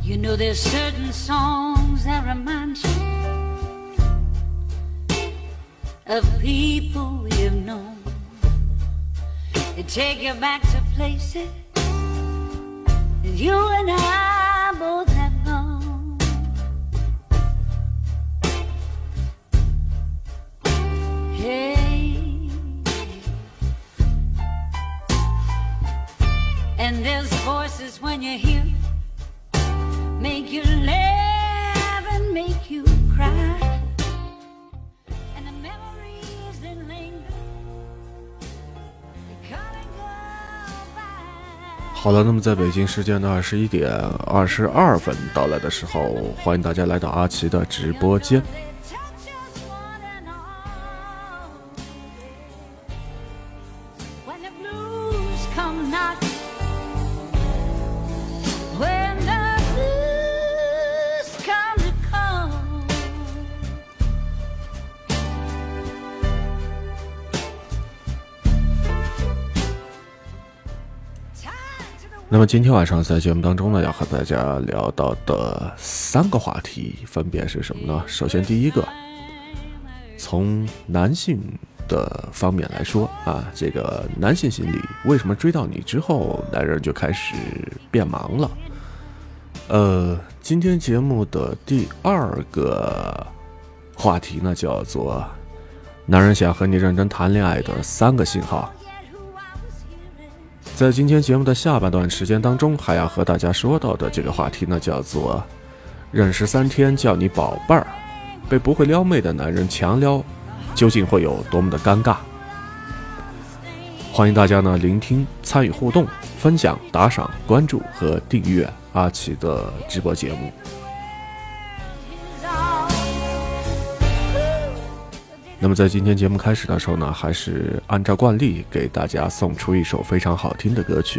You know there's certain songs that remind you of people you've known. They take you back to places that you and I both have gone. Hey, and there's voices when you hear make you laugh and make you cry, and the memories that linger, they come and go by. 好了，那么在北京时间的21点22分到来的时候，欢迎大家来到阿奇的直播间。那么今天晚上在节目当中呢，要和大家聊到的3个话题分别是什么呢？首先第一个，从男性的方面来说啊，这个男性心理为什么追到你之后，男人就开始变忙了？今天节目的第2个话题呢，叫做男人想和你认真谈恋爱的3个信号。在今天节目的下半段时间当中，还要和大家说到的这个话题呢，叫做认识3天叫你宝贝儿，被不会撩妹的男人强撩，究竟会有多么的尴尬？欢迎大家呢聆听、参与互动、分享、打赏、关注和订阅阿奇的直播节目。那么在今天节目开始的时候呢，还是按照惯例给大家送出一首非常好听的歌曲。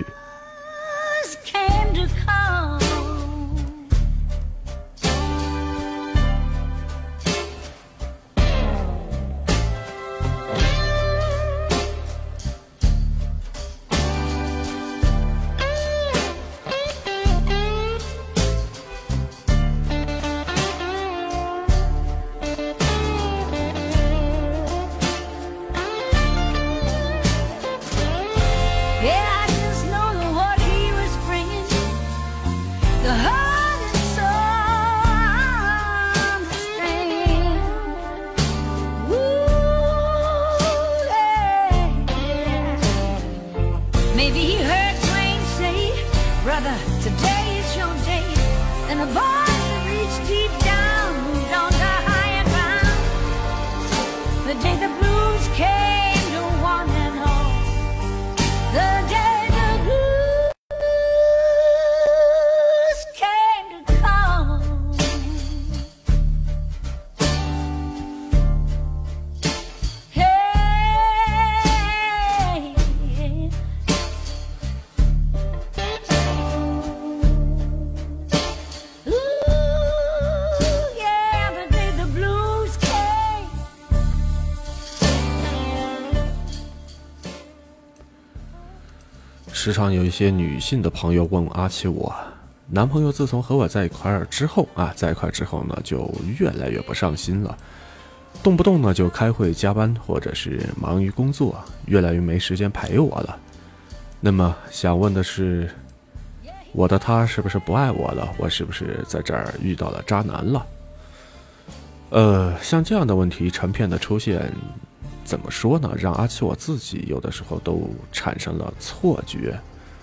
时常有一些女性的朋友问阿奇我，男朋友自从和我在一块之后呢，就越来越不上心了，动不动呢就开会加班，或者是忙于工作，越来越没时间陪我了。那么想问的是，我的他是不是不爱我了？我是不是在这儿遇到了渣男了？像这样的问题成片的出现，怎么说呢？让阿奇我自己有的时候都产生了错觉。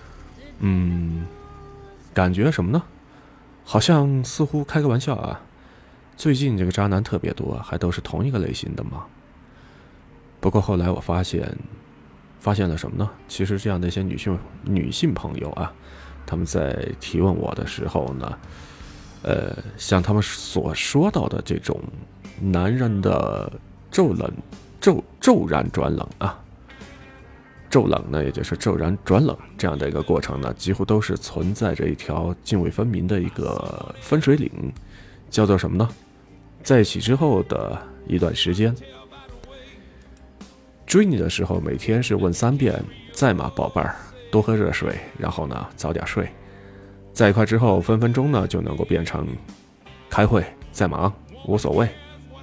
感觉什么呢？好像似乎开个玩笑啊，最近这个渣男特别多，还都是同一个类型的嘛。不过后来我发现了什么呢？其实这样的一些女性朋友啊，他们在提问我的时候呢，像他们所说到的这种男人的骤然转冷啊，骤冷呢，也就是骤然转冷这样的一个过程呢，几乎都是存在着一条泾渭分明的一个分水岭，叫做什么呢？在一起之后的一段时间，追你的时候每天是问3遍，在吗宝贝儿，多喝热水，然后呢早点睡。 在一块之后，分分钟呢就能够变成开会，在忙，无所谓。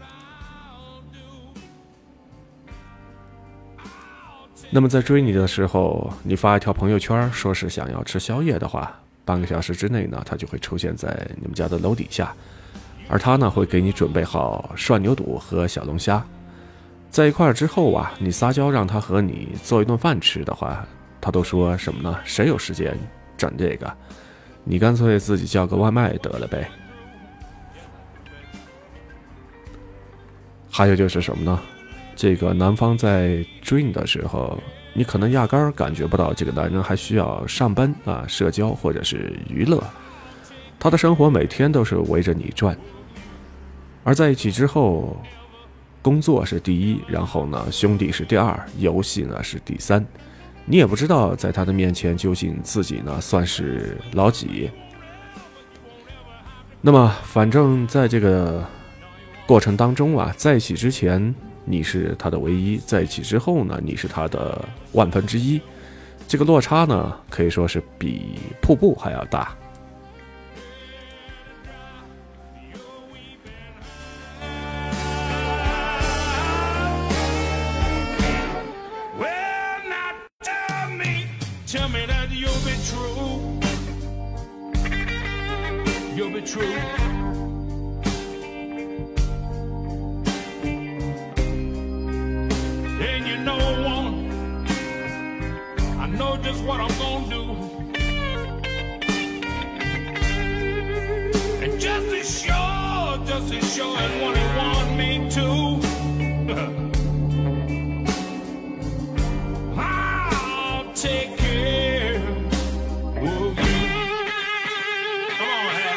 那么在追你的时候，你发一条朋友圈说是想要吃宵夜的话，半个小时之内呢，他就会出现在你们家的楼底下，而他呢会给你准备好涮牛肚和小龙虾。在一块之后啊，你撒娇让他和你做一顿饭吃的话，他都说什么呢？谁有时间整这个？你干脆自己叫个外卖得了呗。还有就是什么呢？这个男方在追你的时候，你可能压根儿感觉不到这个男人还需要上班啊、社交或者是娱乐，他的生活每天都是围着你转。而在一起之后，工作是第一，然后呢，兄弟是第二，游戏呢是第三。你也不知道在他的面前究竟自己呢算是老几。那么反正在这个过程当中啊，在一起之前你是他的唯一，在一起之后呢，你是他的1/1000，这个落差呢可以说是比瀑布还要大。 Tell me that you'll be true. And you know, woman, I know just what I'm gonna do. And just as sure as what he want me to. I'll take care of you. Come on, Hal.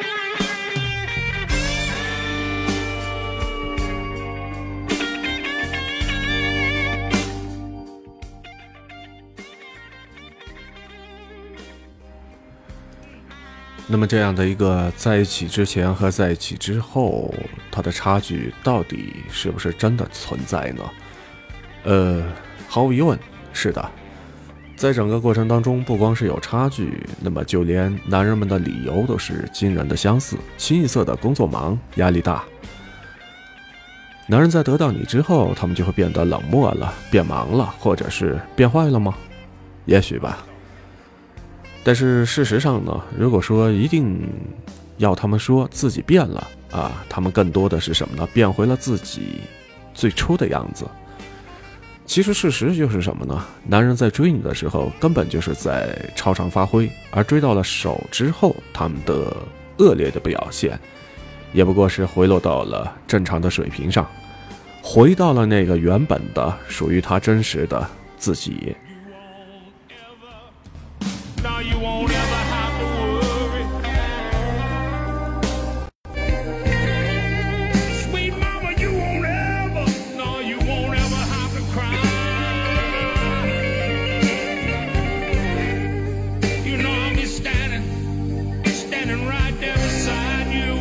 那么这样的一个在一起之前和在一起之后，它的差距到底是不是真的存在呢？毫无疑问是的。在整个过程当中，不光是有差距，那么就连男人们的理由都是惊人的相似，清一色的工作忙，压力大。男人在得到你之后，他们就会变得冷漠了，变忙了，或者是变坏了吗？也许吧。但是事实上呢，如果说一定要他们说自己变了啊，他们更多的是什么呢？变回了自己最初的样子。其实事实就是什么呢？男人在追你的时候根本就是在超常发挥，而追到了手之后，他们的恶劣的表现也不过是回落到了正常的水平上，回到了那个原本的属于他真实的自己。 Now you won't ever have to worry. Sweet mama, you won't ever, no, you won't ever have to cry. You know I'll be standing right there beside you.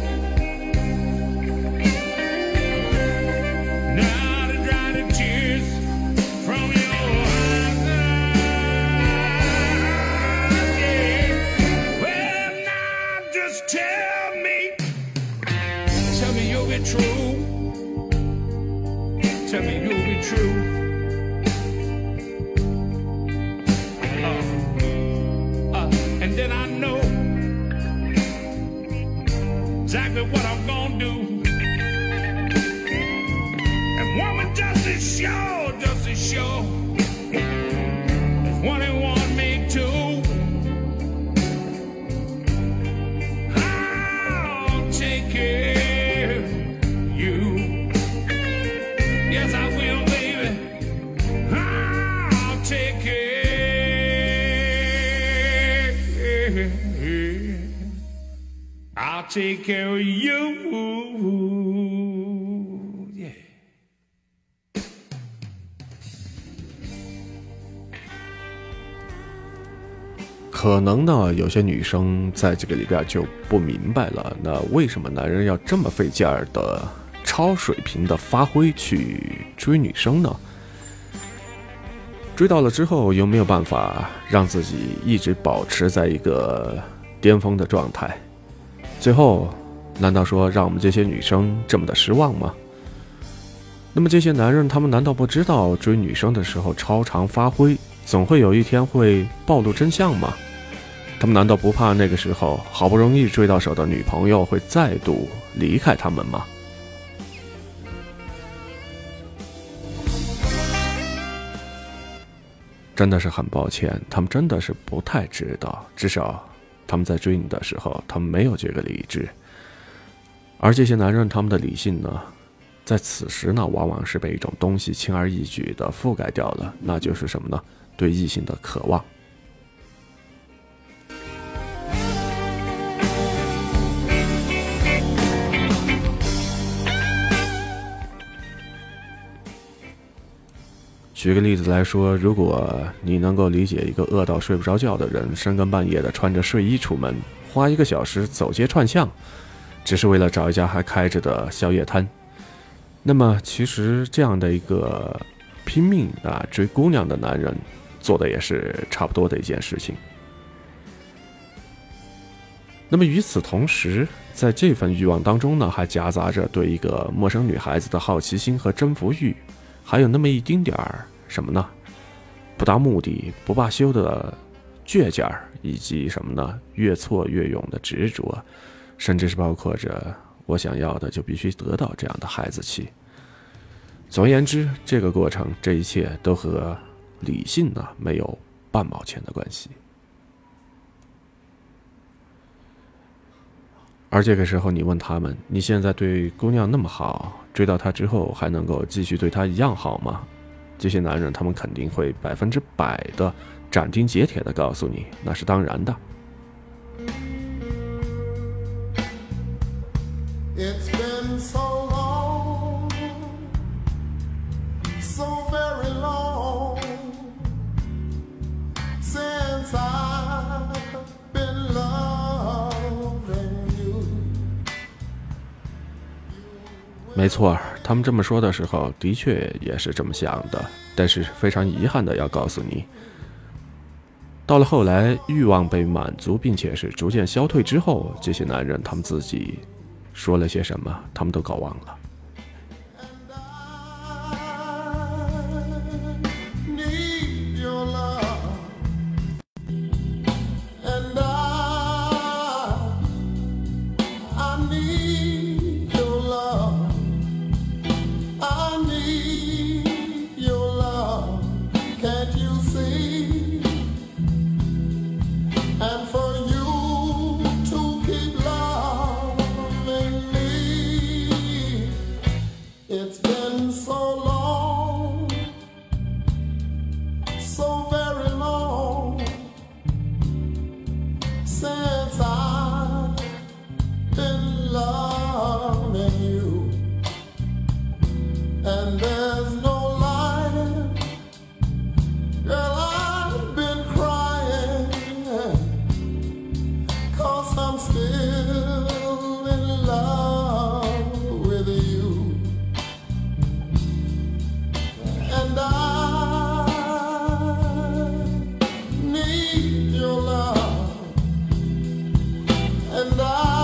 Now to dry the tears from your eyes. Tell me you'll be true. Tell me you'll be true. And then I know exactly what I'm gonna do. And woman, just as sure as what they want me to. Take care of you. Yes, I will, baby. I'll take care. I'll take care of you. Yeah. 可能呢，有些女生在这个里边就不明白了，那为什么男人要这么费劲儿的超水平的发挥去追女生呢？追到了之后，有没有办法让自己一直保持在一个巅峰的状态。最后，难道说让我们这些女生这么的失望吗？那么这些男人，他们难道不知道追女生的时候超常发挥，总会有一天会暴露真相吗？他们难道不怕那个时候好不容易追到手的女朋友会再度离开他们吗？真的是很抱歉，他们真的是不太知道，至少他们在追你的时候，他们没有这个理智。而这些男人，他们的理性呢，在此时呢，往往是被一种东西轻而易举地覆盖掉了，那就是什么呢？对异性的渴望。举个例子来说，如果你能够理解一个饿到睡不着觉的人深更半夜的穿着睡衣出门，花1个小时走街串巷，只是为了找一家还开着的宵夜摊，那么其实这样的一个拼命追姑娘的男人做的也是差不多的一件事情。那么与此同时，在这份欲望当中呢，还夹杂着对一个陌生女孩子的好奇心和征服欲，还有那么一丁点儿什么呢？不达目的不罢休的倔强，以及什么呢？越挫越勇的执着，甚至是包括着我想要的就必须得到这样的孩子气。总而言之，这个过程，这一切都和理性呢没有半毛钱的关系。而这个时候，你问他们，你现在对姑娘那么好，追到她之后还能够继续对她一样好吗？这些男人他们肯定会100%的斩钉截铁的告诉你，那是当然的。 It's been so long, so very long, since I've been loving you. 没错，他们这么说的时候，的确也是这么想的。但是非常遗憾的要告诉你，到了后来，欲望被满足，并且是逐渐消退之后，这些男人他们自己说了些什么，他们都搞忘了。 It's been so long, so very long, since I've been loving you. And there's no lie, girl, I've been crying, 'cause I'm still in love with you. And I need your love, and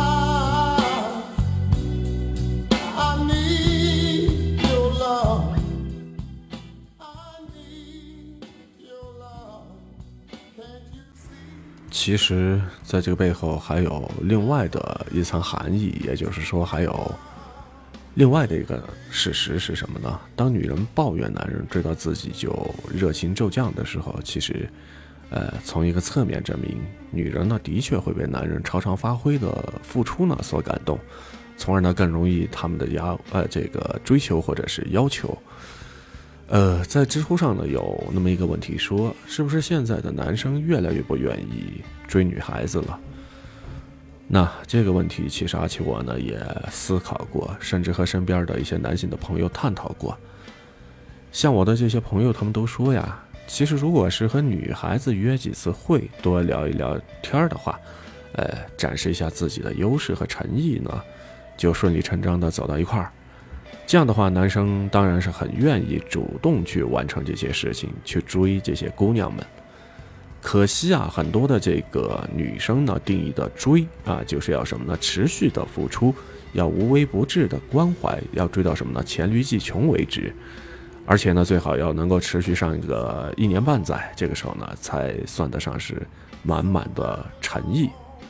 I need your love, I need your love, can't you see? 其实在这个背后还有另外的一层含义，也就是说还有另外的一个事实是什么呢？当女人抱怨男人追到自己就热情骤降的时候，其实从一个侧面证明，女人呢的确会被男人超常发挥的付出呢所感动，从而呢更容易他们的这个追求或者是要求。在知乎上呢有那么一个问题说，是不是现在的男生越来越不愿意追女孩子了？那这个问题其实阿奇我呢也思考过，甚至和身边的一些男性的朋友探讨过。像我的这些朋友他们都说呀，其实如果是和女孩子约几次会，多聊一聊天的话，展示一下自己的优势和诚意呢，就顺理成章的走到一块儿。这样的话，男生当然是很愿意主动去完成这些事情，去追这些姑娘们。 可惜啊，很多的这个女生呢定义的追啊，就是要什么呢？持续的付出，要无微不至的关怀，要追到什么呢？黔驴技穷为止。而且呢，最好要能够持续上一个1年半载，这个时候呢，才算得上是满满的诚意。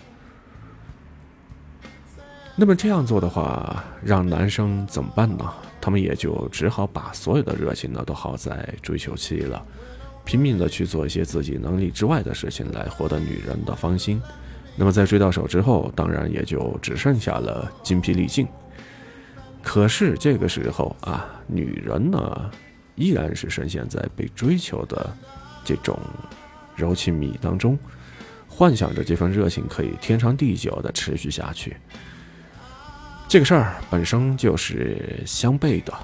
那么这样做的话，让男生怎么办呢？他们也就只好把所有的热情呢都耗在追求期了，拼命的去做一些自己能力之外的事情来获得女人的芳心。那么在追到手之后，当然也就只剩下了精疲力尽。可是这个时候啊，女人呢依然是深陷在被追求的这种柔情蜜意当中，幻想着这份热情可以天长地久的持续下去。这个事儿本身就是相悖的。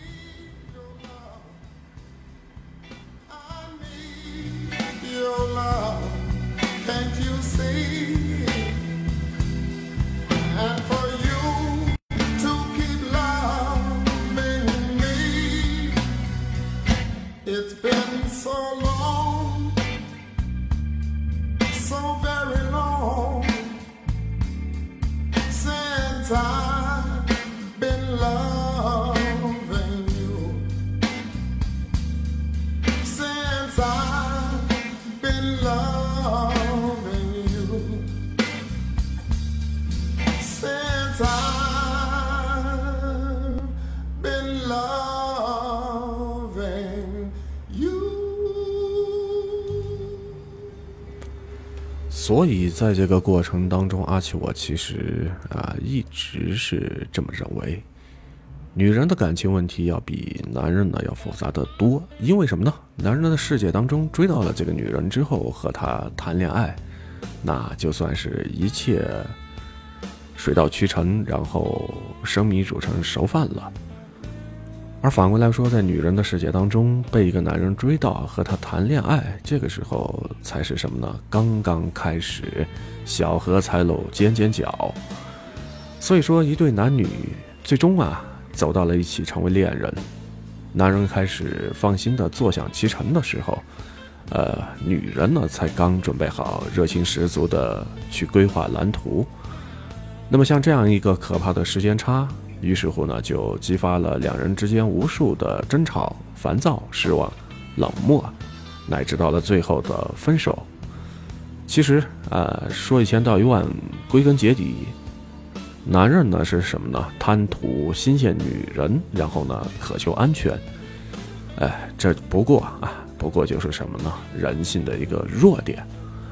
所以在这个过程当中，阿奇我其实一直是这么认为，女人的感情问题要比男人呢要复杂得多。因为什么呢？男人的世界当中追到了这个女人之后，和她谈恋爱，那就算是一切水到渠成，然后生米煮成熟饭了。而反过来说，在女人的世界当中，被一个男人追到和他谈恋爱，这个时候才是什么呢？刚刚开始，小荷才露尖尖角。所以说，一对男女最终走到了一起，成为恋人，男人开始放心的坐享其成的时候，女人呢才刚准备好热情十足的去规划蓝图。那么像这样一个可怕的时间差，于是乎呢，就激发了两人之间无数的争吵、烦躁、失望、冷漠，乃至到了最后的分手。其实说一千道一万，归根结底，男人呢是什么呢？贪图新鲜女人，然后呢渴求安全。这不过就是什么呢？人性的一个弱点。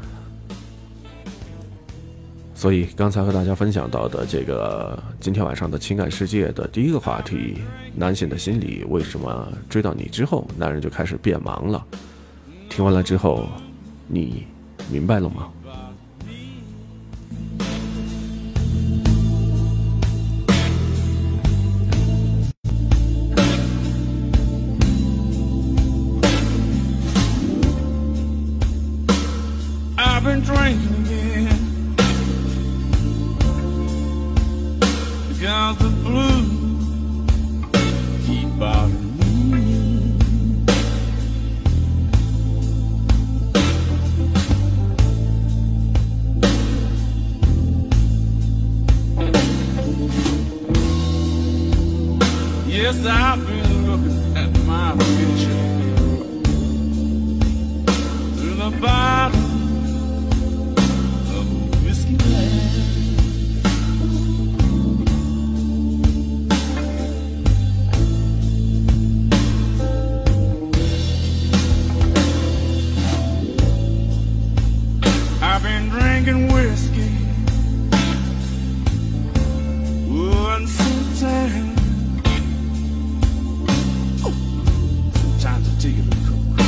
所以刚才和大家分享到的这个今天晚上的情感世界的第一个话题，男性的心理为什么追到你之后，男人就开始变忙了？听完了之后，你明白了吗 ？I've been drinking again because the blues keep bothering me. Yes, I've been looking at my future through the bottom of a whiskey glass. I've been drinking whiskey once a time. Sometimes I take a little coke.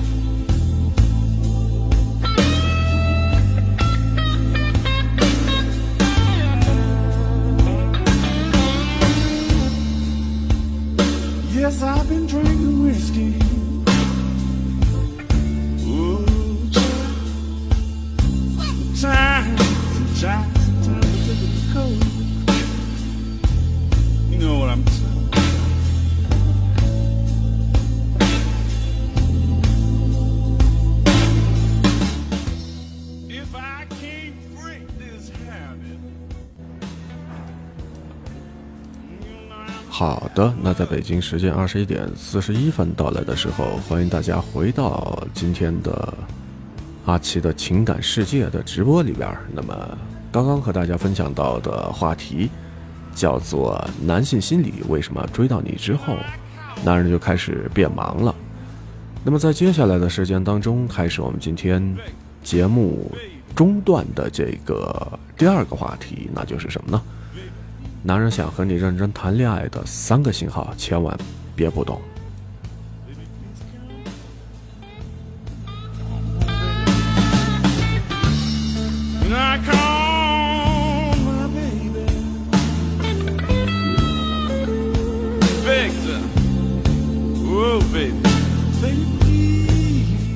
Yes, I've been drinking whiskey. Oh, sometimes I take a little coke. You know what I'm saying? 好的，那在北京时间21点41分到来的时候，欢迎大家回到今天的阿奇的情感世界的直播里边。那么刚刚和大家分享到的话题叫做男性心理为什么追到你之后，男人就开始变忙了。那么在接下来的时间当中，开始我们今天节目中段的这个第二个话题，那就是什么呢？男人想和你认真谈恋爱的3个信号，千万别不懂。 I call my baby Victor. Oh, baby, baby, please.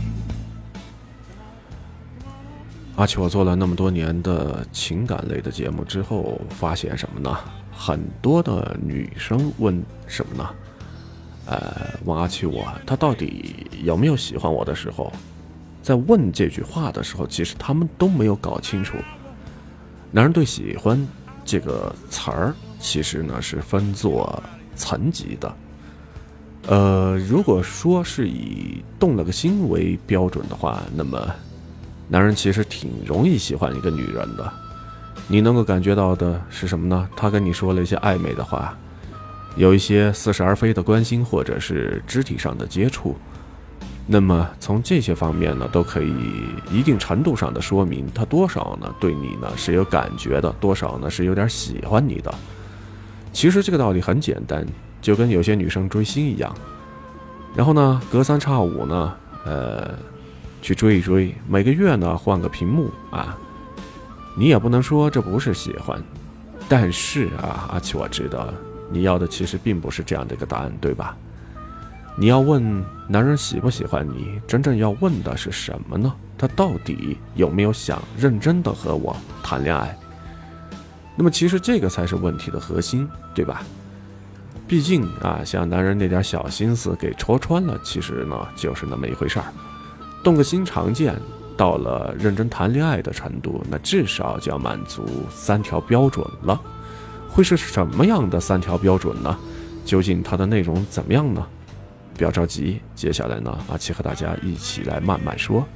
阿奇，我做了那么多年的情感类的节目之后，发现什么呢？很多的女生问什么呢？问阿奇他到底有没有喜欢我的时候，在问这句话的时候，其实他们都没有搞清楚，男人对喜欢这个词儿，其实呢是分作层级的。如果说是以动了个心为标准的话，那么男人其实挺容易喜欢一个女人的。你能够感觉到的是什么呢？他跟你说了一些暧昧的话，有一些似是而非的关心，或者是肢体上的接触。那么从这些方面呢，都可以一定程度上的说明他多少呢对你呢是有感觉的，多少呢是有点喜欢你的。其实这个道理很简单，就跟有些女生追星一样，然后呢隔3差5呢去追一追，每个月呢换个屏幕啊，你也不能说这不是喜欢。但是阿奇，我知道你要的其实并不是这样的一个答案，对吧？你要问男人喜不喜欢你，真正要问的是什么呢？他到底有没有想认真的和我谈恋爱？那么其实这个才是问题的核心，对吧？毕竟像男人那点小心思给戳穿了，其实呢就是那么一回事儿。动个心常见，到了认真谈恋爱的程度，那至少就要满足3条标准了。会是什么样的3条标准呢？究竟它的内容怎么样呢？不要着急，接下来呢，阿奇和大家一起来慢慢说。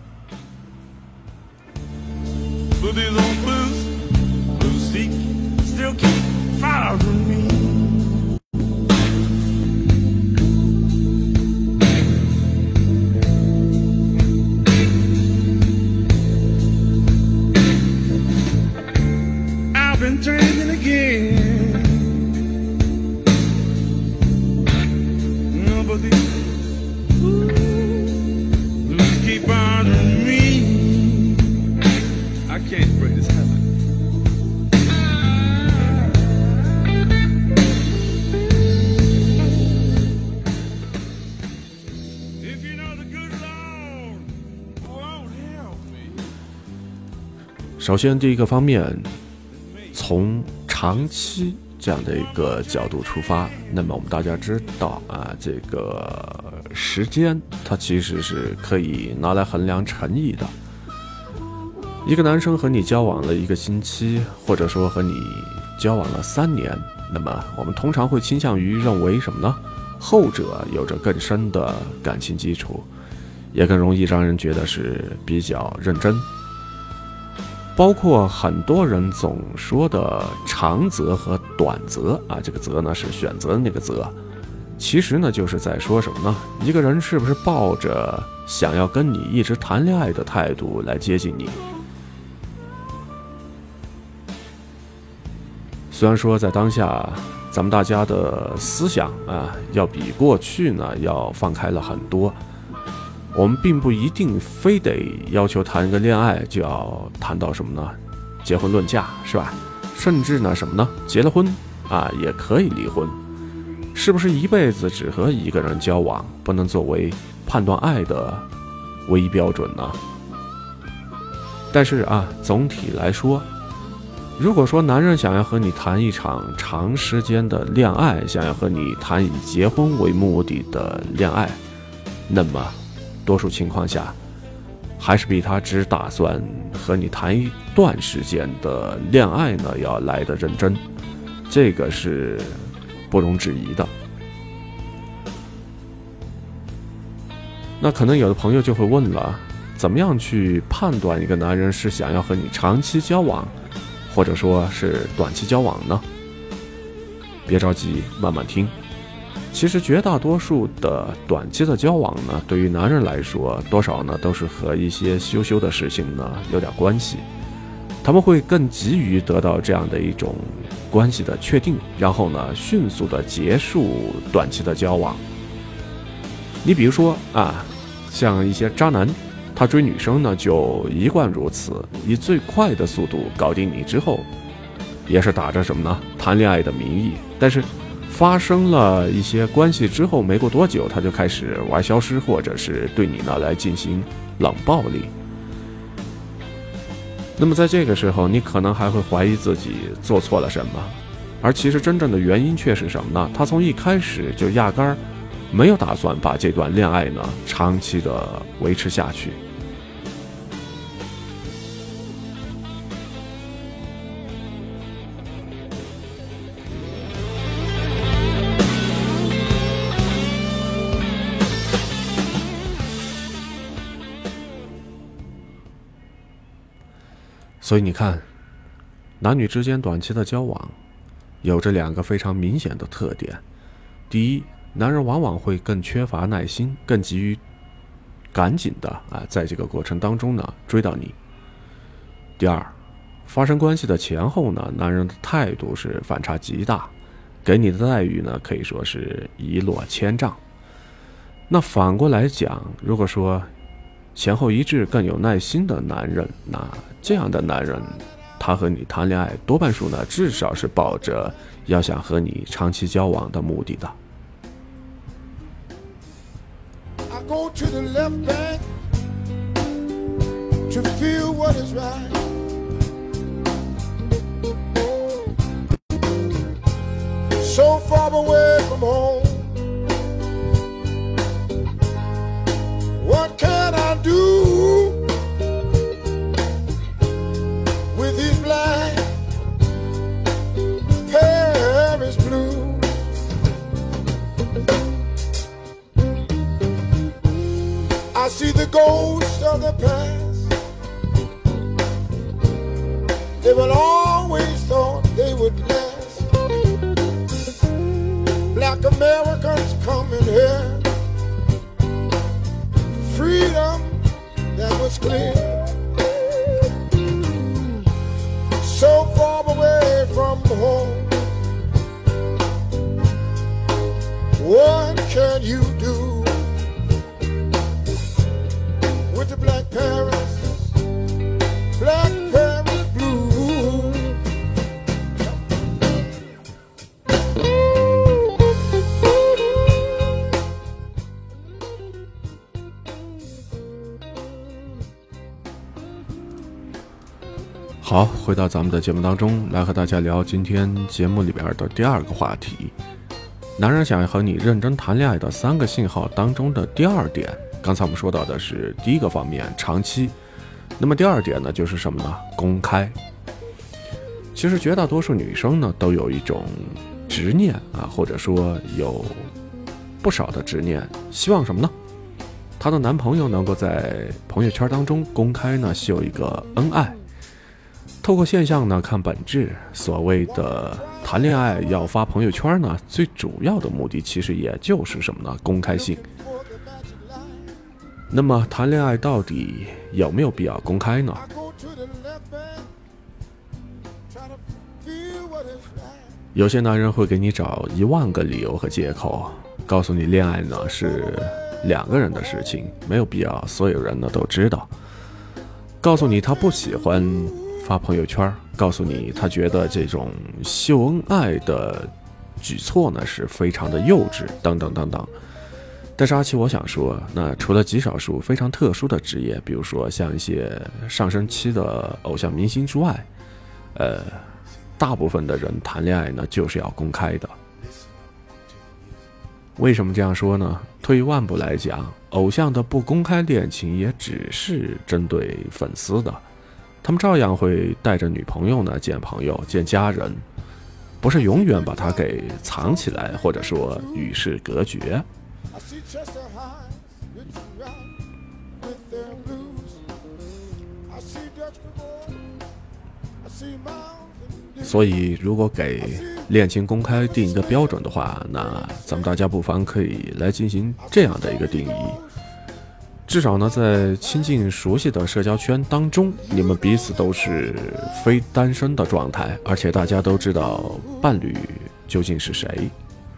But these old blues seek still keep following me. I've been drinking again.But these blues keep bothering me. I can't break this habit. If you know the good Lord won't help me. 首先第一个方面，从长期这样的一个角度出发，那么我们大家知道这个时间它其实是可以拿来衡量诚意的。一个男生和你交往了1个星期，或者说和你交往了3年，那么我们通常会倾向于认为什么呢？后者有着更深的感情基础，也更容易让人觉得是比较认真。包括很多人总说的长则和短则这个则呢是选择的那个则，其实呢就是在说什么呢？一个人是不是抱着想要跟你一直谈恋爱的态度来接近你？虽然说在当下咱们大家的思想要比过去呢要放开了很多，我们并不一定非得要求谈一个恋爱就要谈到什么呢？结婚论嫁，是吧？甚至呢什么呢？结了婚也可以离婚。是不是一辈子只和一个人交往，不能作为判断爱的唯一标准呢？但是总体来说，如果说男人想要和你谈一场长时间的恋爱，想要和你谈以结婚为目的的恋爱，那么多数情况下还是比他只打算和你谈一段时间的恋爱呢要来得认真。这个是不容置疑的。那可能有的朋友就会问了，怎么样去判断一个男人是想要和你长期交往，或者说是短期交往呢？别着急，慢慢听。其实绝大多数的短期的交往呢，对于男人来说，多少呢都是和一些羞羞的事情呢有点关系。他们会更急于得到这样的一种关系的确定，然后呢迅速的结束短期的交往。你比如说啊，像一些渣男，他追女生呢就一贯如此，以最快的速度搞定你之后，也是打着什么呢？谈恋爱的名义，但是发生了一些关系之后，没过多久他就开始玩消失，或者是对你呢来进行冷暴力。那么在这个时候，你可能还会怀疑自己做错了什么，而其实真正的原因却是什么呢？他从一开始就压根儿没有打算把这段恋爱呢长期的维持下去。所以你看，男女之间短期的交往有着两个非常明显的特点。第一，男人往往会更缺乏耐心，更急于赶紧的在这个过程当中呢追到你。第二，发生关系的前后呢，男人的态度是反差极大，给你的待遇呢可以说是一落千丈。那反过来讲，如果说前后一致更有耐心的男人，那这样的男人他和你谈恋爱多半数呢至少是抱着要想和你长期交往的目的的。 I go to the left bank to feel what is right. So far away from home. What can I do with these black Paris blues? I see the ghosts of the past. They will always thought they would last. Black Americans coming here. Freedom that was clear. So far away from home. What can you do with the black Paris, black Paris blue? 好，回到咱们的节目当中来，和大家聊今天节目里边的第二个话题，男人想要和你认真谈恋爱的3个信号当中的第2点。刚才我们说到的是第一个方面，长期。那么第2点呢，就是什么呢？公开。其实绝大多数女生呢，都有一种执念或者说有不少的执念，希望什么呢？她的男朋友能够在朋友圈当中公开呢秀一个恩爱。透过现象呢看本质，所谓的谈恋爱要发朋友圈呢，最主要的目的其实也就是什么呢？公开性。那么谈恋爱到底有没有必要公开呢？有些男人会给你找10000个理由和借口，告诉你恋爱呢是2个人的事情，没有必要所有人呢都知道。告诉你他不喜欢发朋友圈，告诉你他觉得这种秀恩爱的举措呢是非常的幼稚，等等等等。但是阿奇，我想说，那除了极少数非常特殊的职业，比如说像一些上升期的偶像明星之外，大部分的人谈恋爱呢就是要公开的。为什么这样说呢？退一万步来讲，偶像的不公开恋情也只是针对粉丝的，他们照样会带着女朋友呢见朋友、见家人。 不是永远把它给藏起来，或者说与世隔绝。所以如果给恋情公开定一个标准的话，那咱们大家不妨可以来进行这样的一个定义。至少呢，在亲近熟悉的社交圈当中，你们彼此都是非单身的状态，而且大家都知道伴侣究竟是谁。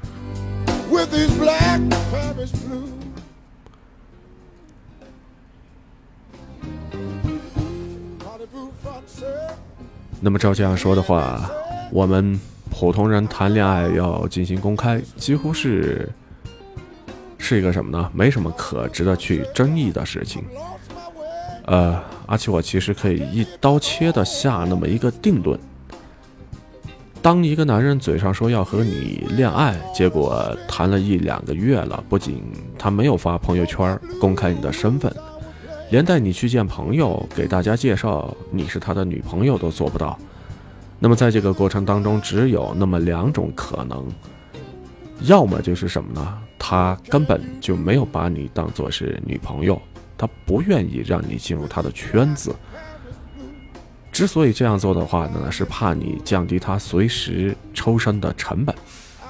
那么照这样说的话，我们普通人谈恋爱要进行公开，几乎是一个什么呢？没什么可值得去争议的事情。而且我其实可以一刀切的下那么一个定论：当一个男人嘴上说要和你恋爱，结果谈了1-2个月了，不仅他没有发朋友圈公开你的身份，连带你去见朋友给大家介绍你是他的女朋友都做不到。那么在这个过程当中，只有那么2种可能，要么就是什么呢？他根本就没有把你当作是女朋友，他不愿意让你进入他的圈子。之所以这样做的话呢，是怕你降低他随时抽身的成本。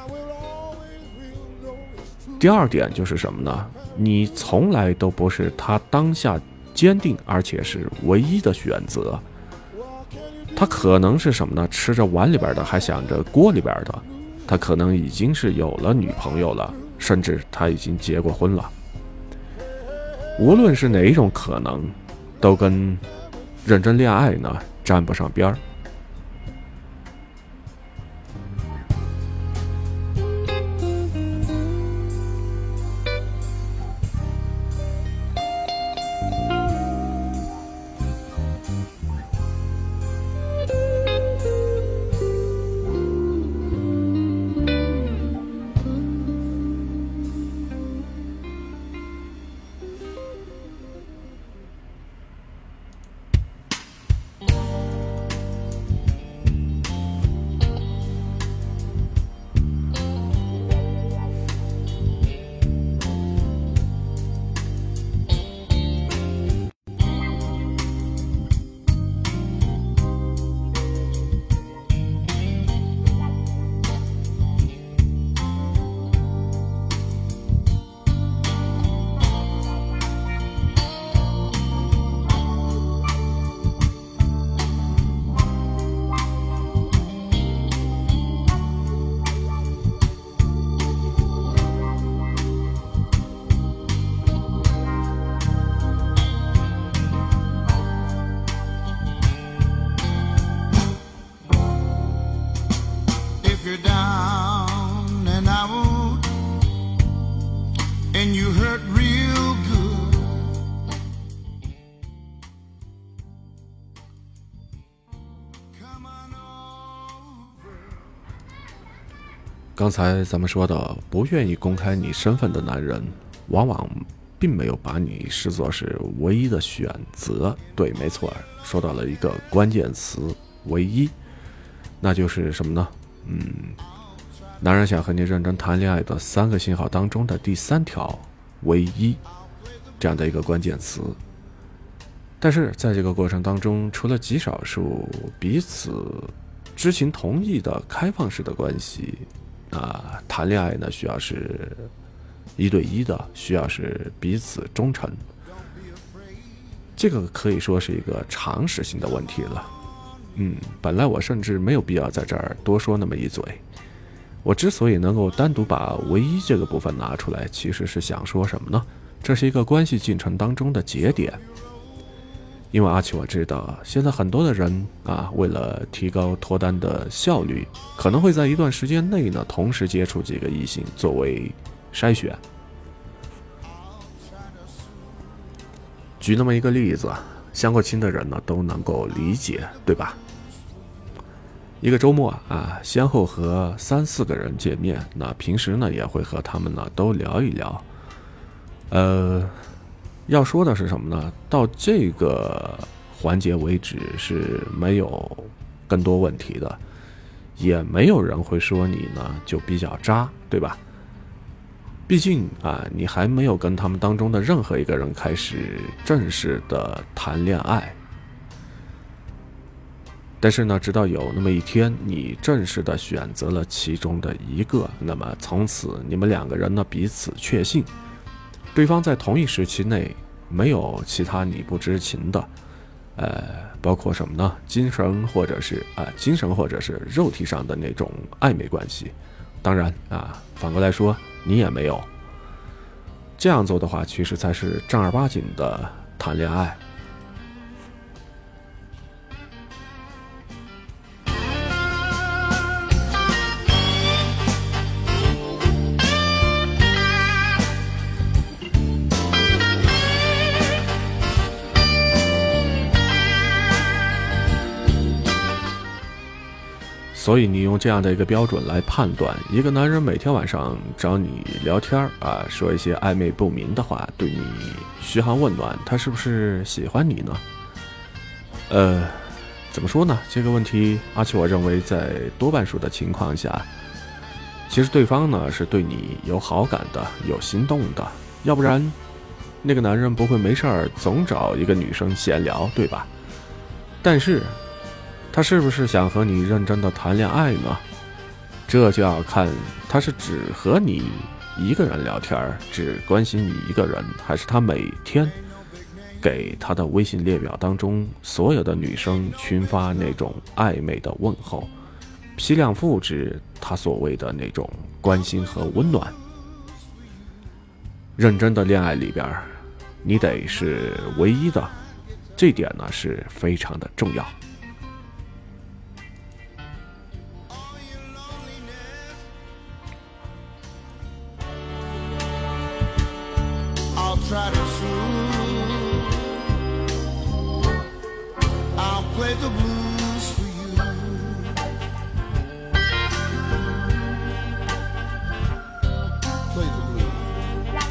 第二点就是什么呢？你从来都不是他当下坚定而且是唯一的选择。他可能是什么呢？吃着碗里边的还想着锅里边的，他可能已经是有了女朋友了，甚至他已经结过婚了。无论是哪一种可能，都跟认真恋爱呢沾不上边儿。刚才咱们说的不愿意公开你身份的男人，往往并没有把你视作是唯一的选择。对，没错，说到了一个关键词，唯一。那就是什么呢？男人想和你认真谈恋爱的3个信号当中的第3条，唯一，这样的一个关键词。但是在这个过程当中，除了极少数彼此知情同意的开放式的关系，谈恋爱呢需要是1对1的，需要是彼此忠诚。这个可以说是一个常识性的问题了。本来我甚至没有必要在这儿多说那么一嘴。我之所以能够单独把唯一这个部分拿出来，其实是想说什么呢？这是一个关系进程当中的节点。因为阿奇我知道，现在很多的人为了提高脱单的效率，可能会在一段时间内呢，同时接触几个异性作为筛选。举那么一个例子，相过亲的人呢都能够理解，对吧？一个周末先后和3-4个人见面，那平时呢也会和他们呢都聊一聊。要说的是什么呢？到这个环节为止是没有更多问题的， 也没有人会说你呢就比较渣，对吧？毕竟啊，你还没有跟他们当中的任何一个人开始正式的谈恋爱。但是呢，直到有那么一天，你正式的选择了其中的一个，那么从此你们两个人呢彼此确信，对方在同一时期内没有其他你不知情的，包括什么呢？精神或者是肉体上的那种暧昧关系。当然啊，反过来说，你也没有。这样做的话，其实才是正儿八经的谈恋爱。所以你用这样的一个标准来判断，一个男人每天晚上找你聊天啊，说一些暧昧不明的话，对你嘘寒问暖，他是不是喜欢你呢？怎么说呢？这个问题，而且我认为在多半数的情况下，其实对方呢是对你有好感的，有心动的，要不然那个男人不会没事儿总找一个女生闲聊，对吧？但是他是不是想和你认真的谈恋爱呢？这就要看他是只和你一个人聊天，只关心你一个人，还是他每天给他的微信列表当中所有的女生群发那种暧昧的问候，批量复制他所谓的那种关心和温暖。认真的恋爱里边，你得是唯一的，这点呢是非常的重要。 Try to soothe. I'll play the blues for you. Play the blues.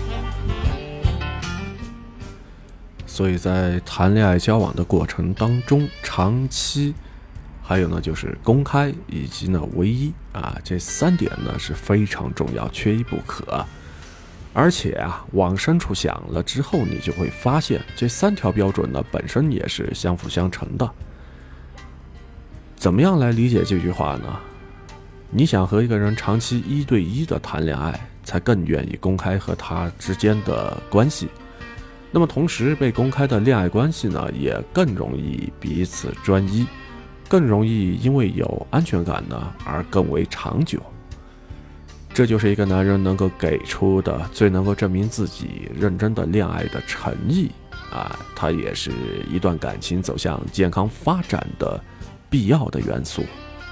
所以在谈恋爱交往的过程当中，长期，还有呢就是公开以及呢唯一啊，这三点呢是非常重要，缺一不可。而且啊，往深处想了之后，你就会发现这三条标准呢本身也是相辅相成的。怎么样来理解这句话呢？你想和一个人长期1对1的谈恋爱，才更愿意公开和他之间的关系。那么同时被公开的恋爱关系呢，也更容易彼此专一，更容易因为有安全感呢而更为长久。这就是一个男人能够给出的最能够证明自己认真的恋爱的诚意啊，它也是一段感情走向健康发展的必要的元素。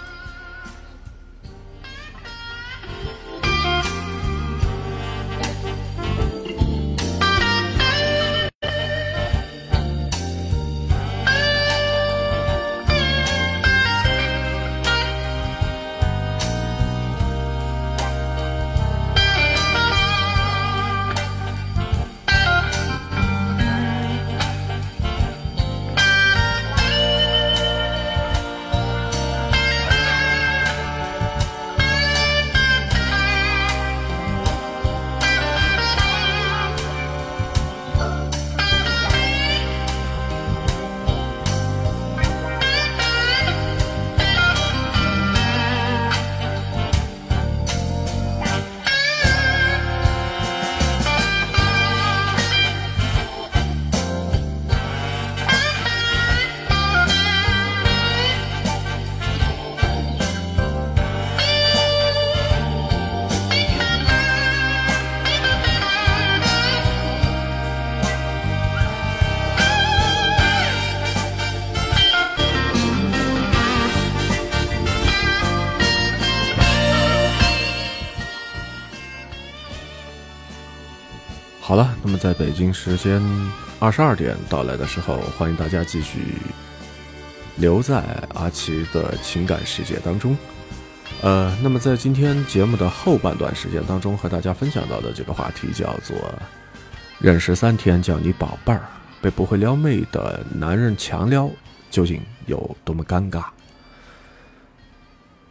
好了，那么在北京时间22点到来的时候，欢迎大家继续留在阿奇的情感世界当中。那么在今天节目的后半段时间当中，和大家分享到的这个话题叫做认识3天叫你宝贝儿，被不会撩妹的男人强撩究竟有多么尴尬。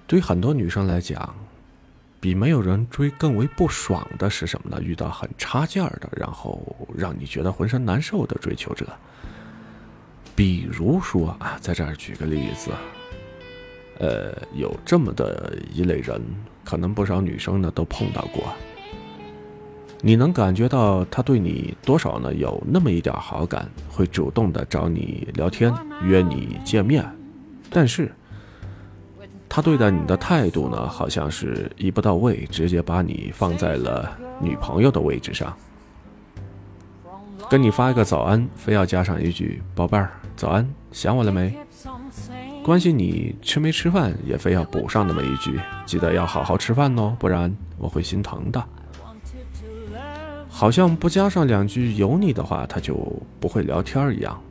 对于很多女生来讲，比没有人追更为不爽的是什么呢？遇到很差劲儿的，然后让你觉得浑身难受的追求者。比如说啊，在这儿举个例子，有这么的一类人，可能不少女生呢都碰到过。你能感觉到他对你多少呢有那么一点好感，会主动的找你聊天，约你见面，但是他对待你的态度呢，好像是一不到位，直接把你放在了女朋友的位置上。跟你发一个早安，非要加上一句宝贝儿早安，想我了没？关心你吃没吃饭，也非要补上那么一句记得要好好吃饭哦，不然我会心疼的。好像不加上两句有你的话，他就不会聊天一样。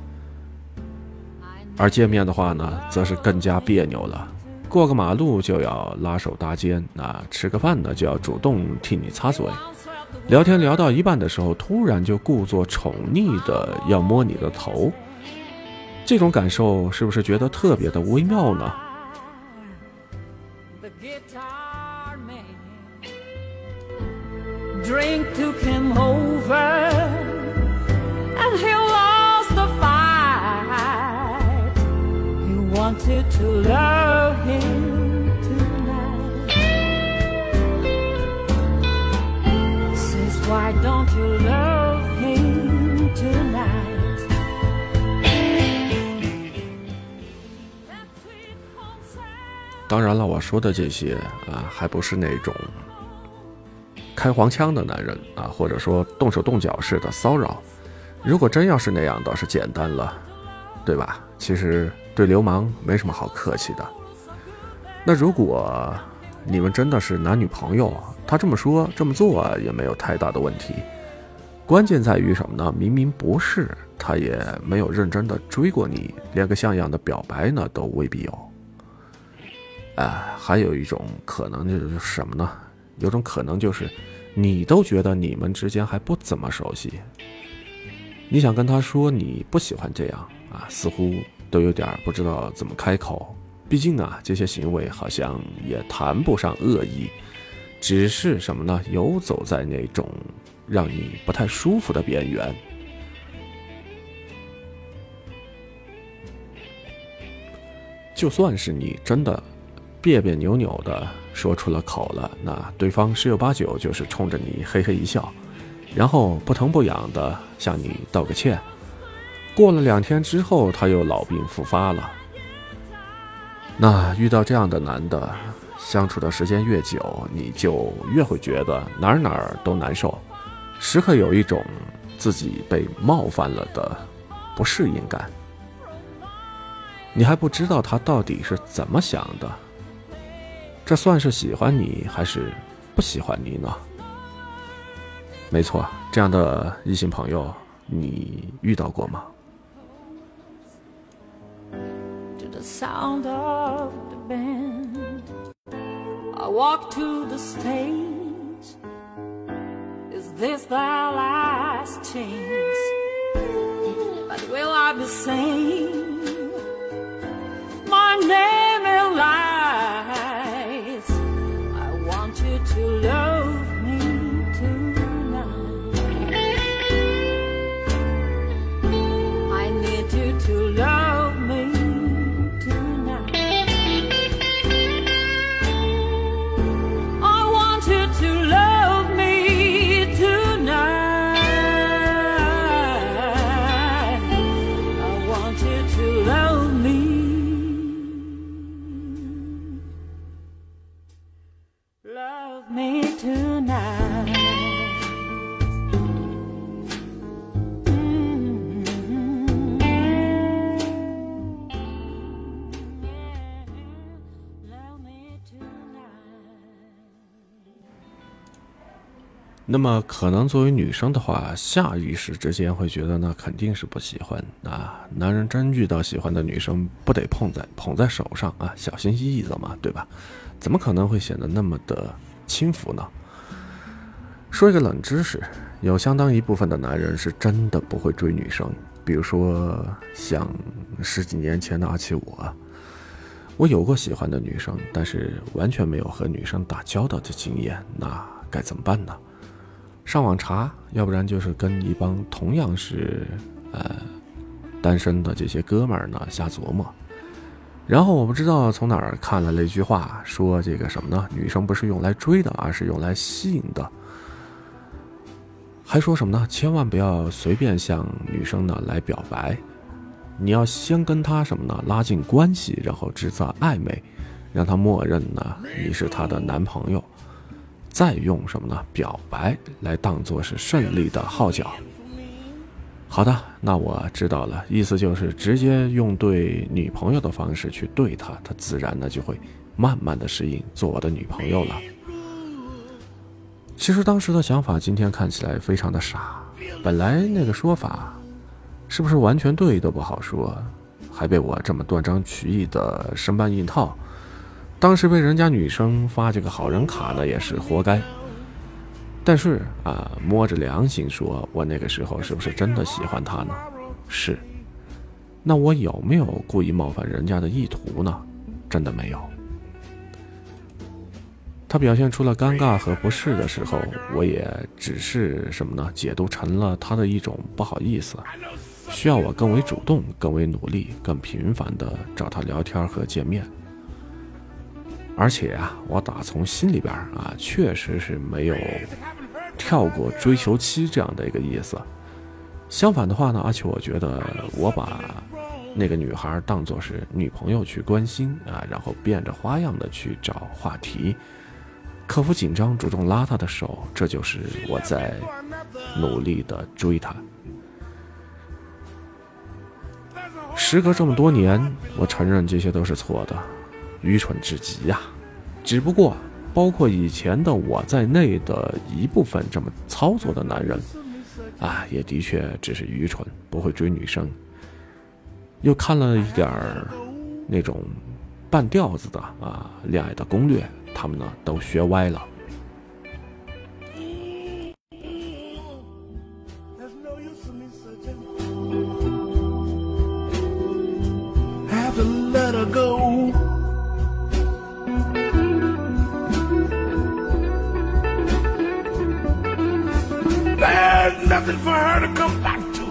而见面的话呢，则是更加别扭了。过个马路就要拉手搭肩，吃个饭呢就要主动替你擦嘴。聊天聊到一半的时候，突然就故作宠溺的要摸你的头。这种感受是不是觉得特别的微妙呢？ Drink took him over and he lost the fight. He wanted to love him tonight. Says why don't you love him tonight? 当然了，我说的这些还不是那种开黄腔的男人或者说动手动脚式的骚扰。如果真要是那样，倒是简单了，对吧？其实对流氓没什么好客气的。那如果你们真的是男女朋友，他这么说这么做也没有太大的问题。关键在于什么呢？明明不是，他也没有认真的追过你，连个像样的表白呢都未必有。还有一种可能就是什么呢？有种可能就是你都觉得你们之间还不怎么熟悉，你想跟他说你不喜欢这样似乎都有点不知道怎么开口。毕竟这些行为好像也谈不上恶意，只是什么呢？游走在那种让你不太舒服的边缘。就算是你真的别别扭扭的说出了口了，那对方十有八九就是冲着你嘿嘿一笑，然后不疼不痒的向你道个歉。过了2天之后，他又老病复发了。那遇到这样的男的，相处的时间越久，你就越会觉得哪儿都难受，时刻有一种自己被冒犯了的不适应感。你还不知道他到底是怎么想的，这算是喜欢你还是不喜欢你呢？没错，这样的异性朋友你遇到过吗？ To the sound of the band, I walk to the stage. Is this the last chance? But will I be sane? My name is lies. I want you to love me tonight. I need you to love me tonight. I want you to love me tonight. I want you to love me. Love me tonight. Love me tonight. 那么可能作为女生的话，下意识之间会觉得那肯定是不喜欢男人真遇到喜欢的女生，不得捧在手上小心翼翼的嘛，对吧？怎么可能会显得那么的轻浮呢？说一个冷知识，有相当一部分的男人是真的不会追女生，比如说像10几年前的阿七我有过喜欢的女生，但是完全没有和女生打交道的经验，那该怎么办呢？上网查，要不然就是跟一帮同样是单身的这些哥们儿呢瞎琢磨。然后我不知道从哪儿看了那句话，说这个什么呢？女生不是用来追的，而是用来吸引的。还说什么呢？千万不要随便向女生呢来表白，你要先跟她什么呢拉近关系，然后制造暧昧，让她默认呢你是她的男朋友，再用什么呢表白来当作是顺利的号角。好的，那我知道了，意思就是直接用对女朋友的方式去对她，她自然呢就会慢慢的适应做我的女朋友了。其实当时的想法今天看起来非常的傻，本来那个说法是不是完全对都不好说，还被我这么断章取义的生搬硬套，当时被人家女生发这个好人卡呢也是活该。但是摸着良心说，我那个时候是不是真的喜欢她呢？是。那我有没有故意冒犯人家的意图呢？真的没有。他表现出了尴尬和不适的时候，我也只是什么呢？解读成了他的一种不好意思，需要我更为主动、更为努力、更频繁的找他聊天和见面。而且我打从心里边确实是没有跳过追求期这样的一个意思。相反的话呢，而且我觉得我把那个女孩当作是女朋友去关心然后变着花样的去找话题，克服紧张，主动拉她的手，这就是我在努力的追她。时隔这么多年，我承认这些都是错的，愚蠢至极呀。只不过包括以前的我在内的一部分这么操作的男人也的确只是愚蠢，不会追女生。又看了一点那种半吊子的恋爱的攻略，他们呢都学歪了。 Nothing for her to come back to.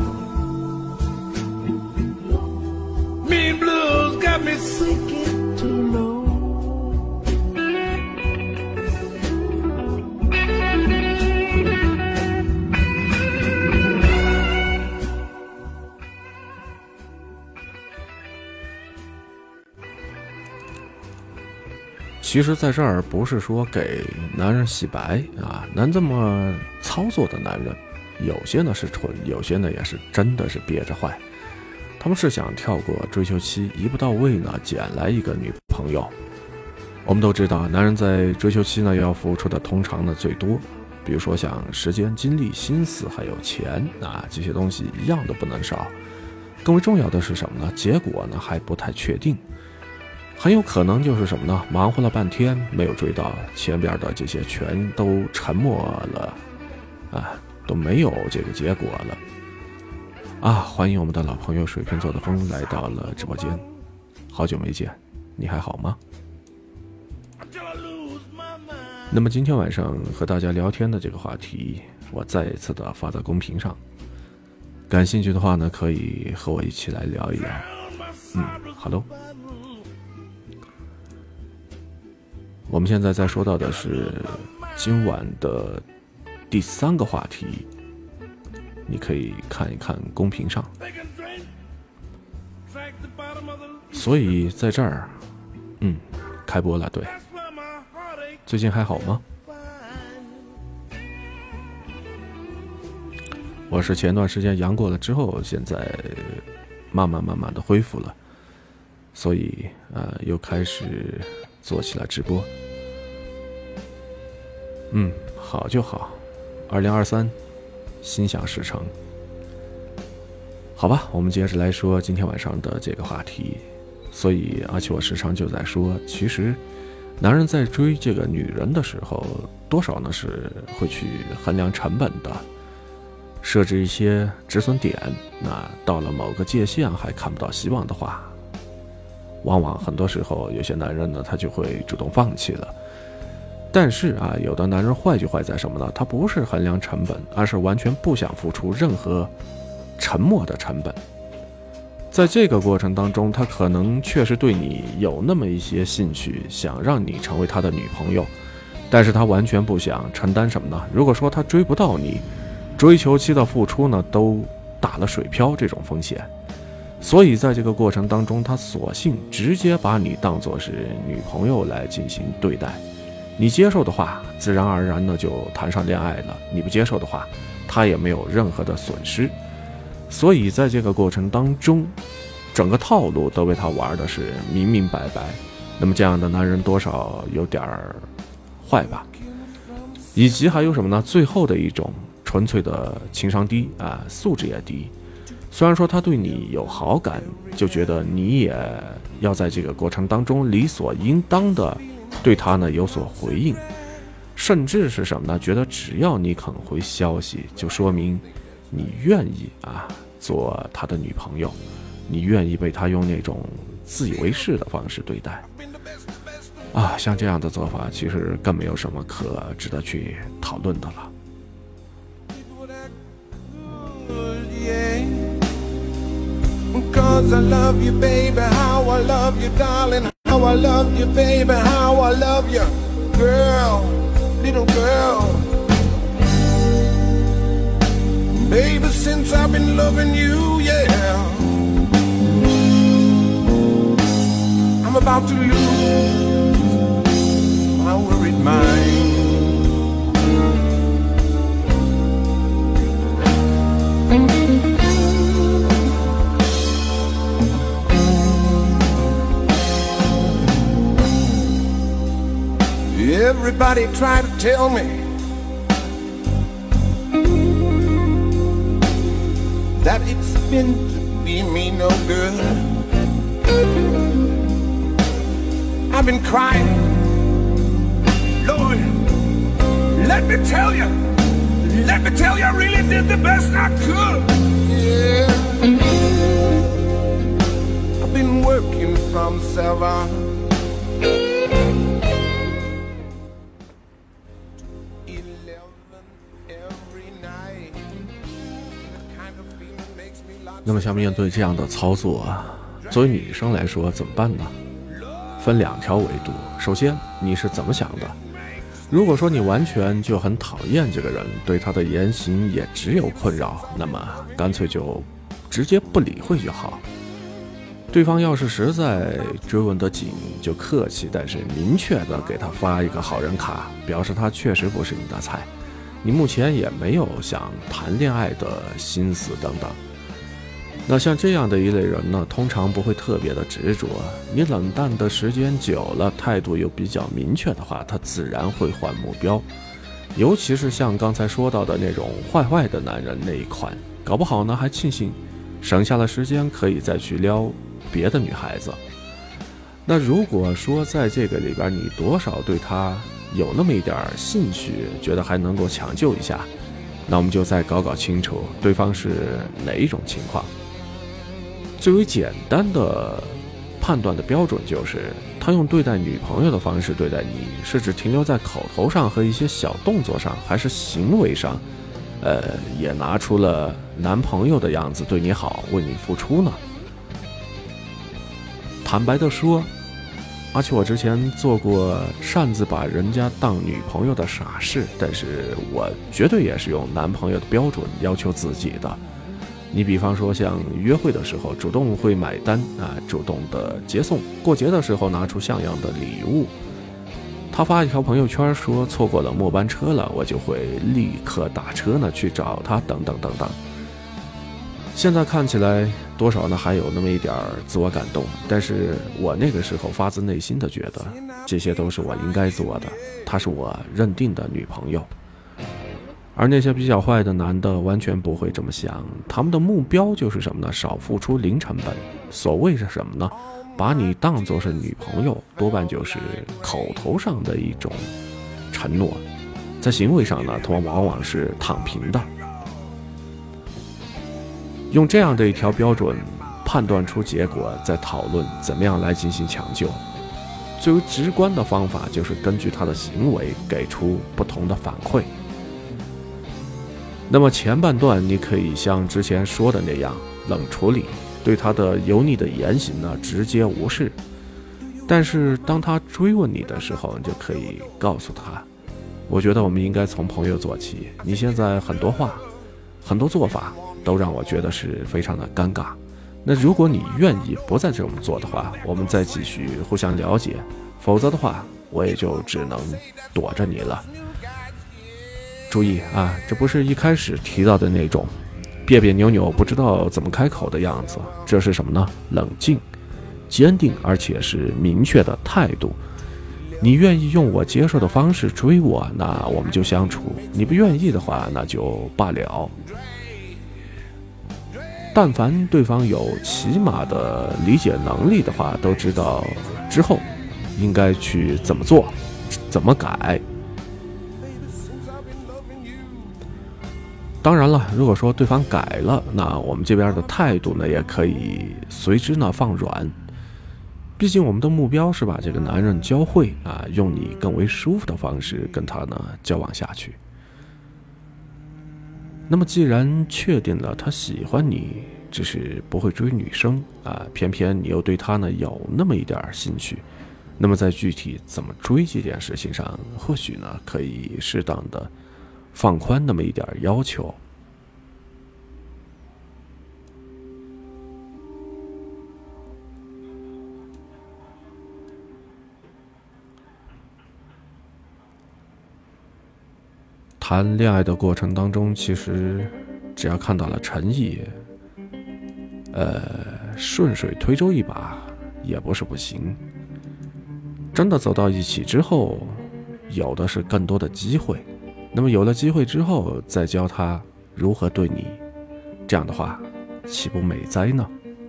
Mean blues got me sinking too low. 其实在这儿不是说给男人洗白能这么操作的男人，有些呢是蠢，有些呢也是真的是憋着坏。他们是想跳过追求期，一步到位呢捡来一个女朋友。我们都知道，男人在追求期呢要付出的通常呢最多，比如说像时间、精力、心思还有钱这些东西一样都不能少。更为重要的是什么呢？结果呢还不太确定，很有可能就是什么呢？忙活了半天没有追到，前边的这些全都沉默了都没有这个结果了欢迎我们的老朋友水瓶座的风来到了直播间，好久没见，你还好吗？那么今天晚上和大家聊天的这个话题，我再一次的发在公屏上，感兴趣的话呢，可以和我一起来聊一聊。好喽。我们现在在说到的是今晚的第3个话题，你可以看一看公屏上。所以在这儿开播了。对，最近还好吗？我是前段时间阳过了之后，现在慢慢的恢复了，所以又开始做起了直播。好就好，2023心想事成。好吧，我们接着来说今天晚上的这个话题。所以而且我时常就在说，其实男人在追这个女人的时候，多少呢是会去衡量成本的，设置一些止损点，那到了某个界限还看不到希望的话， 往往很多时候有些男人呢，他就会主动放弃了。但是啊，有的男人坏就坏在什么呢？他不是衡量成本，而是完全不想付出任何沉默的成本。在这个过程当中，他可能确实对你有那么一些兴趣，想让你成为他的女朋友，但是他完全不想承担什么呢？如果说他追不到你，追求期的付出呢都打了水漂这种风险，所以在这个过程当中，他索性直接把你当作是女朋友来进行对待。你接受的话，自然而然呢就谈上恋爱了；你不接受的话，他也没有任何的损失。所以在这个过程当中，整个套路都被他玩的是明明白白。那么这样的男人多少有点坏吧。以及还有什么呢？最后的一种纯粹的情商低啊，素质也低。虽然说他对你有好感，就觉得你也要在这个过程当中理所应当的对他呢有所回应，甚至是什么呢？觉得只要你肯回消息，就说明你愿意啊做他的女朋友，你愿意被他用那种自以为是的方式对待啊。像这样的做法，其实更没有什么可值得去讨论的了。 Cause I love you, baby, how I love you, darling, how I love you, baby, how I love you, girl, little girl. Baby, since I've been loving you, yeah, I'm about to lose my worried mind. Everybody try to tell me that it's been to be me no good. I've been crying, Lord, let me tell you, I really did the best I could. Yeah, I've been working from 7 那么像面对这样的操作啊，作为女生来说怎么办呢？分2条维度。首先，你是怎么想的？如果说你完全就很讨厌这个人，对他的言行也只有困扰，那么干脆就直接不理会就好。对方要是实在追问得紧，就客气但是明确的给他发一个好人卡，表示他确实不是你的菜，你目前也没有想谈恋爱的心思等等。那像这样的一类人呢，通常不会特别的执着，你冷淡的时间久了，态度又比较明确的话，他自然会换目标。尤其是像刚才说到的那种坏的男人那一款，搞不好呢还庆幸省下了时间可以再去撩别的女孩子。那如果说在这个里边你多少对他有那么一点兴趣，觉得还能够抢救一下，那我们就再搞清楚对方是哪一种情况。最为简单的判断的标准就是，他用对待女朋友的方式对待你，是指停留在口头上和一些小动作上，还是行为上也拿出了男朋友的样子对你好，为你付出呢？坦白的说，而且我之前做过擅自把人家当女朋友的傻事，但是我绝对也是用男朋友的标准要求自己的。你比方说像约会的时候主动会买单啊，主动的接送，过节的时候拿出像样的礼物。他发一条朋友圈说错过了末班车了，我就会立刻打车呢去找他，等等等等。现在看起来多少呢还有那么一点自我感动，但是我那个时候发自内心的觉得这些都是我应该做的，她是我认定的女朋友。而那些比较坏的男的完全不会这么想，他们的目标就是什么呢？少付出零成本。所谓是什么呢？把你当作是女朋友，多半就是口头上的一种承诺，在行为上呢，他们往往是躺平的。用这样的一条标准判断出结果，再讨论怎么样来进行抢救。最为直观的方法就是根据他的行为给出不同的反馈。那么前半段你可以像之前说的那样冷处理，对他的油腻的言行呢直接无视。但是当他追问你的时候，你就可以告诉他，我觉得我们应该从朋友做起，你现在很多话很多做法都让我觉得是非常的尴尬，那如果你愿意不再这么做的话，我们再继续互相了解，否则的话我也就只能躲着你了。注意啊，这不是一开始提到的那种别别扭扭不知道怎么开口的样子，这是什么呢？冷静坚定而且是明确的态度。你愿意用我接受的方式追我，那我们就相处，你不愿意的话那就罢了。但凡对方有起码的理解能力的话，都知道之后应该去怎么做怎么改。当然了，如果说对方改了，那我们这边的态度呢也可以随之呢放软。毕竟我们的目标是把这个男人教会啊，用你更为舒服的方式跟他呢交往下去。那么既然确定了他喜欢你，只是不会追女生啊，偏偏你又对他呢有那么一点兴趣，那么在具体怎么追这件事情上，或许呢可以适当的放宽那么一点要求。谈恋爱的过程当中，其实只要看到了诚意，顺水推舟一把也不是不行。真的走到一起之后，有的是更多的机会。那么有了机会之后，再教他如何对你，这样的话，岂不美哉呢？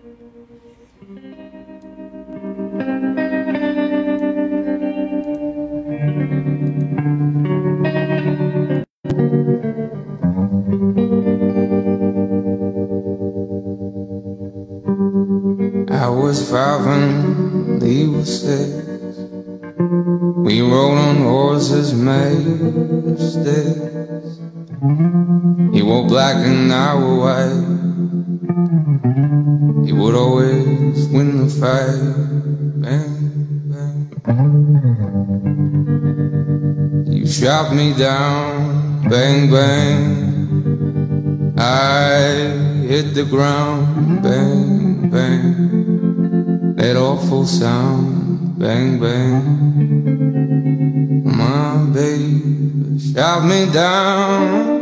I was 5 and he was 6. We rode on horses made of sticks. He wore black and I wore white. He would always win the fight. Bang, bang. You shot me down. Bang, bang. I hit the ground. Bang, bang. That awful sound, bang, bang. My baby shot me down.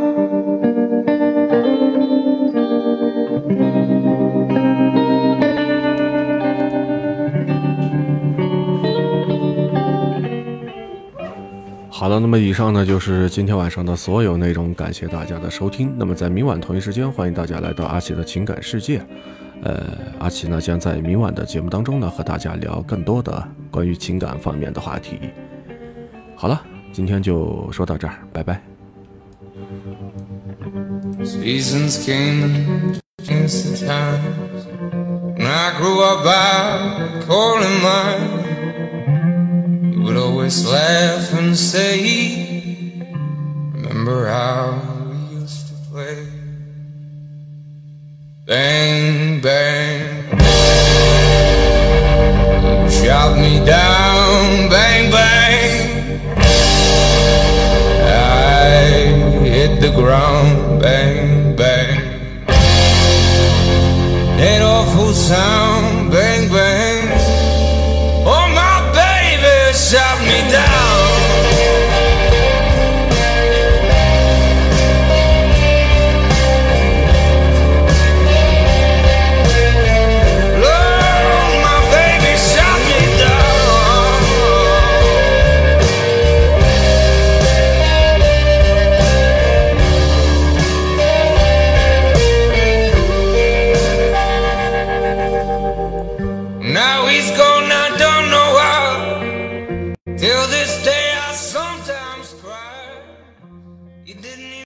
「好了，那么以上呢就是今天晚上的所有内容，感谢大家的收听。那么在明晚同一时间，欢迎大家来到阿奇的情感世界。阿奇呢将在明晚的节目当中呢和大家聊更多的关于情感方面的话题。好了，今天就说到这儿，拜拜。 Seasons came and changed the times. When I grew up, I called him mine. He would always laugh and say, remember how we used to play? Bang, bang. You shot me down, bang, bang. I hit the ground, bang, bang. That awful sound, bang, bang. Oh, my baby shot me down. Now he's gone, I don't know how. Till this day I sometimes cry. He didn't even